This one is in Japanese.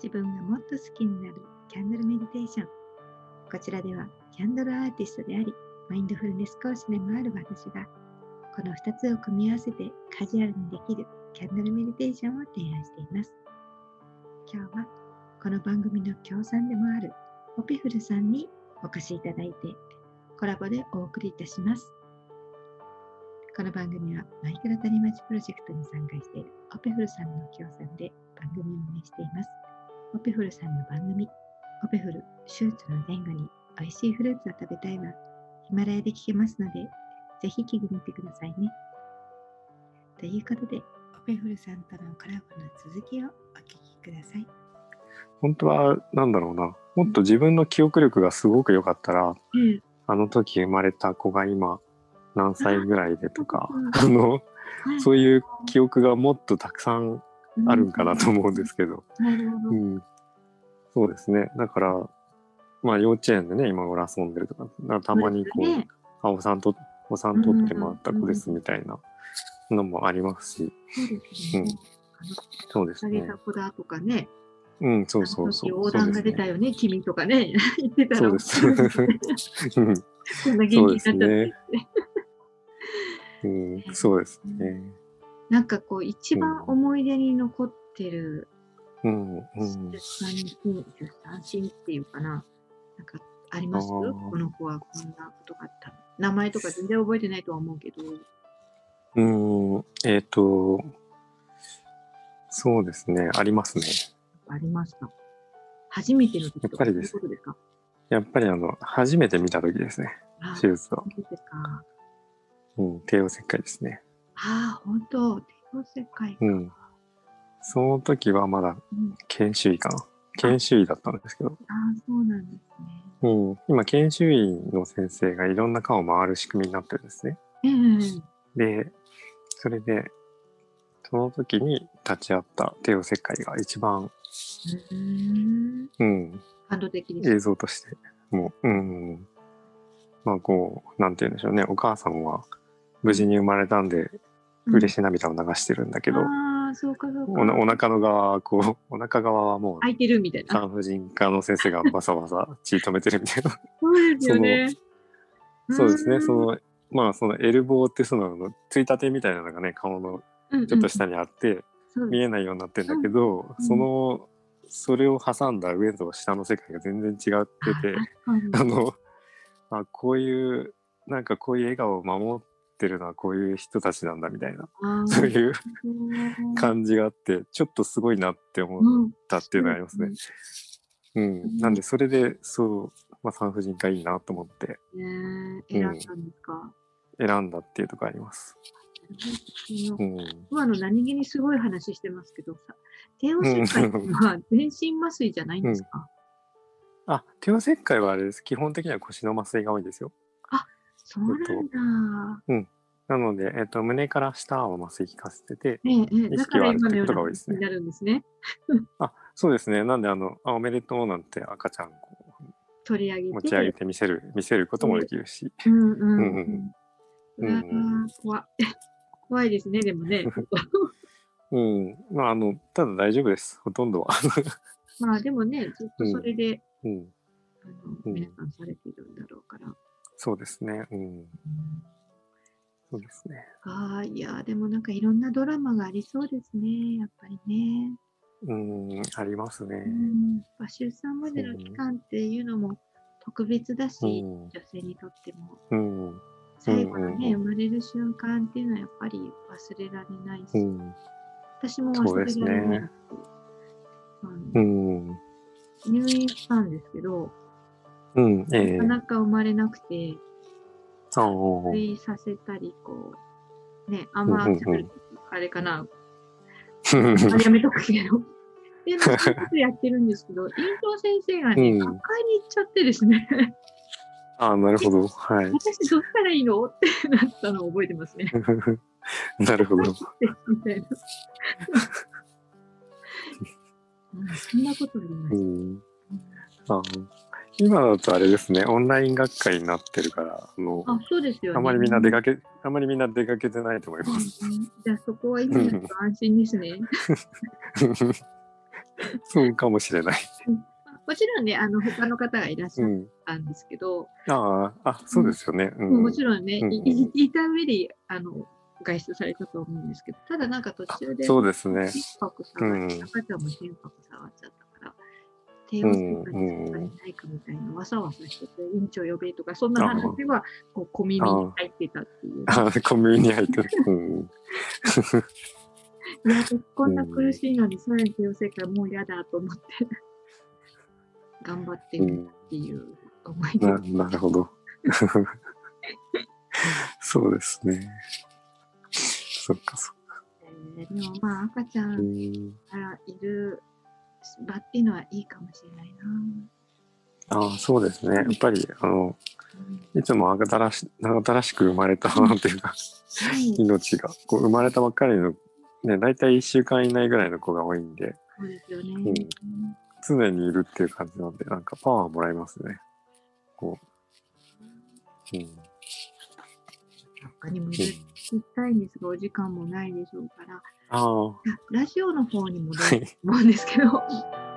分がもっと好きになるキャンドルメディテーション。こちらではキャンドルアーティストであり、マインドフルネス講師でもある私が、この2つを組み合わせてカジュアルにできるキャンドルメディテーションを提案しています。今日はこの番組の協賛でもあるオピフルさんにお越しいただいて、コラボでお送りいたします。この番組はマイクロ谷町プロジェクトに参加しているオピフルさんの協賛で番組を運営しています。オピフルさんの番組、オピフル手術の前後に美味しいフルーツを食べたいはヒマラヤで聞けますので、ぜひ聞いてみてくださいね。ということで、オピフルさんとのコラボの続きをお聞きください。 本当はなんだろうな、もっと自分の記憶力がすごく良かったら、あの時生まれた子が今何歳ぐらいでとか、そういう記憶がもっとたくさんあるんかなと思うんですけど、そうですね。だからまあ幼稚園でね今頃遊んでるとか、たまにこう、お産取ってもらった子ですみたいなのもありますし、そうですね。 あげた子だとかね。 そうそう。 横断が出たよね、君とかね、言ってたら。 そうです。 こんな元気になっちゃって。 そうですね。 なんかこう一番思い出に残ってる出産シーンっていうかな、なんかあります？この子はこんなことがあった。名前とか全然覚えてないとは思うけど。 そうですね、ありますね。 ありました。初めての時とかそういうことですか？ やっぱり初めて見た時ですね、手術は。帝王切開ですね。 ああ、本当、帝王切開か。 その時はまだ研修医かな。研修医だったんですけど。 そうなんですね。 今、研修医の先生がいろんな科を回る仕組みになってるんですね。で、それで、その時に立ち会った帝王切開が一番、 感動的です。 映像として、もう、まあこう、なんて言うんでしょうね。お母さんは無事に生まれたんで、嬉しい涙を流してるんだけど、お腹の側はこう、お腹側はもう開いてるみたいな。 産婦人科の先生がバサバサ血止めてるみたいな。 そうですよね。 そうですね。まあそのエルボーってそのついたてみたいなのがね、顔のちょっと下にあって、見えないようになってるんだけど、それを挟んだ上と下の世界が全然違ってて、こういうなんかこういう笑顔を守ってるのはこういう人たちなんだみたいな、そういう感じがあって、ちょっとすごいなって思ったっていうのがありますね。なんでそれで産婦人科いいなと思って選んだんですか？ 選んだっていうところあります。 今の何気にすごい話してますけどさ、帝王切開は全身麻酔じゃないんですか？ 帝王切開はあれです。基本的には腰の麻酔が多いんですよ。 そうなんだ。 なので、胸から下は麻酔効かせてて、 意識はあるってことが多いですね。になるんですね。 そうですね。なんでおめでとうなんて赤ちゃん取り上げて持ち上げて見せることもできるし。 怖いですね、でもね。 ただ大丈夫です。ほとんどは。 まあでもね、ずっとそれで、皆さんされてるんだろうから。 そうですね。そうですね。 いや、でもなんかいろんなドラマがありそうですね、やっぱりね。 ありますね。 出産までの期間っていうのも特別だし、女性にとっても。最後のね、生まれる瞬間っていうのはやっぱり忘れられないし、私も忘れられないし、入院したんですけど、なかなか生まれなくて、入院させたり、こう、ね、あんまあれかな、やめとくけど、で、そういうことやってるんですけど、院長先生がね、学会に行っちゃってですね。 なるほど。はい。 私どうしたらいいのってなったのを覚えてますね。 なるほど。 みたいな。そんなことありました。 今だとあれですね、オンライン学会になってるから、 そうですよね。 あまりみんな出かけてないと思います。 じゃあそこは今だと安心ですね。 そうかもしれない。 もちろんね、他の方がいらっしゃったんですけど、 そうですよね。 もちろんね、いた上で、外出されたと思うんですけど、ただなんか途中で、 そうですね。 心拍下がって、赤ちゃんも心拍下がっちゃったから、帝王切開にないかみたいな、わさわさしてて、院長呼べとか、そんな話は、こう、小耳に入ってたっていう、ね。 小耳に入ってる。 いや、こんな苦しいのに、さらに帝王切開もう嫌だと思って、頑張ってみたっていう思い出。 なるほど。そうですね。そっかそっか。 でもまあ赤ちゃんがいる場っていうのはいいかもしれないな。 そうですね。やっぱりいつも新しく生まれたっていうか、命がこう生まれたばっかりのね、だいたい1週間以内ぐらいの子が多いんで、 そうですよね。 常にいるっていう感じなんで、なんかパワーもらえますね。こう。 他にもいろいろ聞きたいんですが、お時間もないでしょうから、 ラジオの方に戻ると思うんですけど、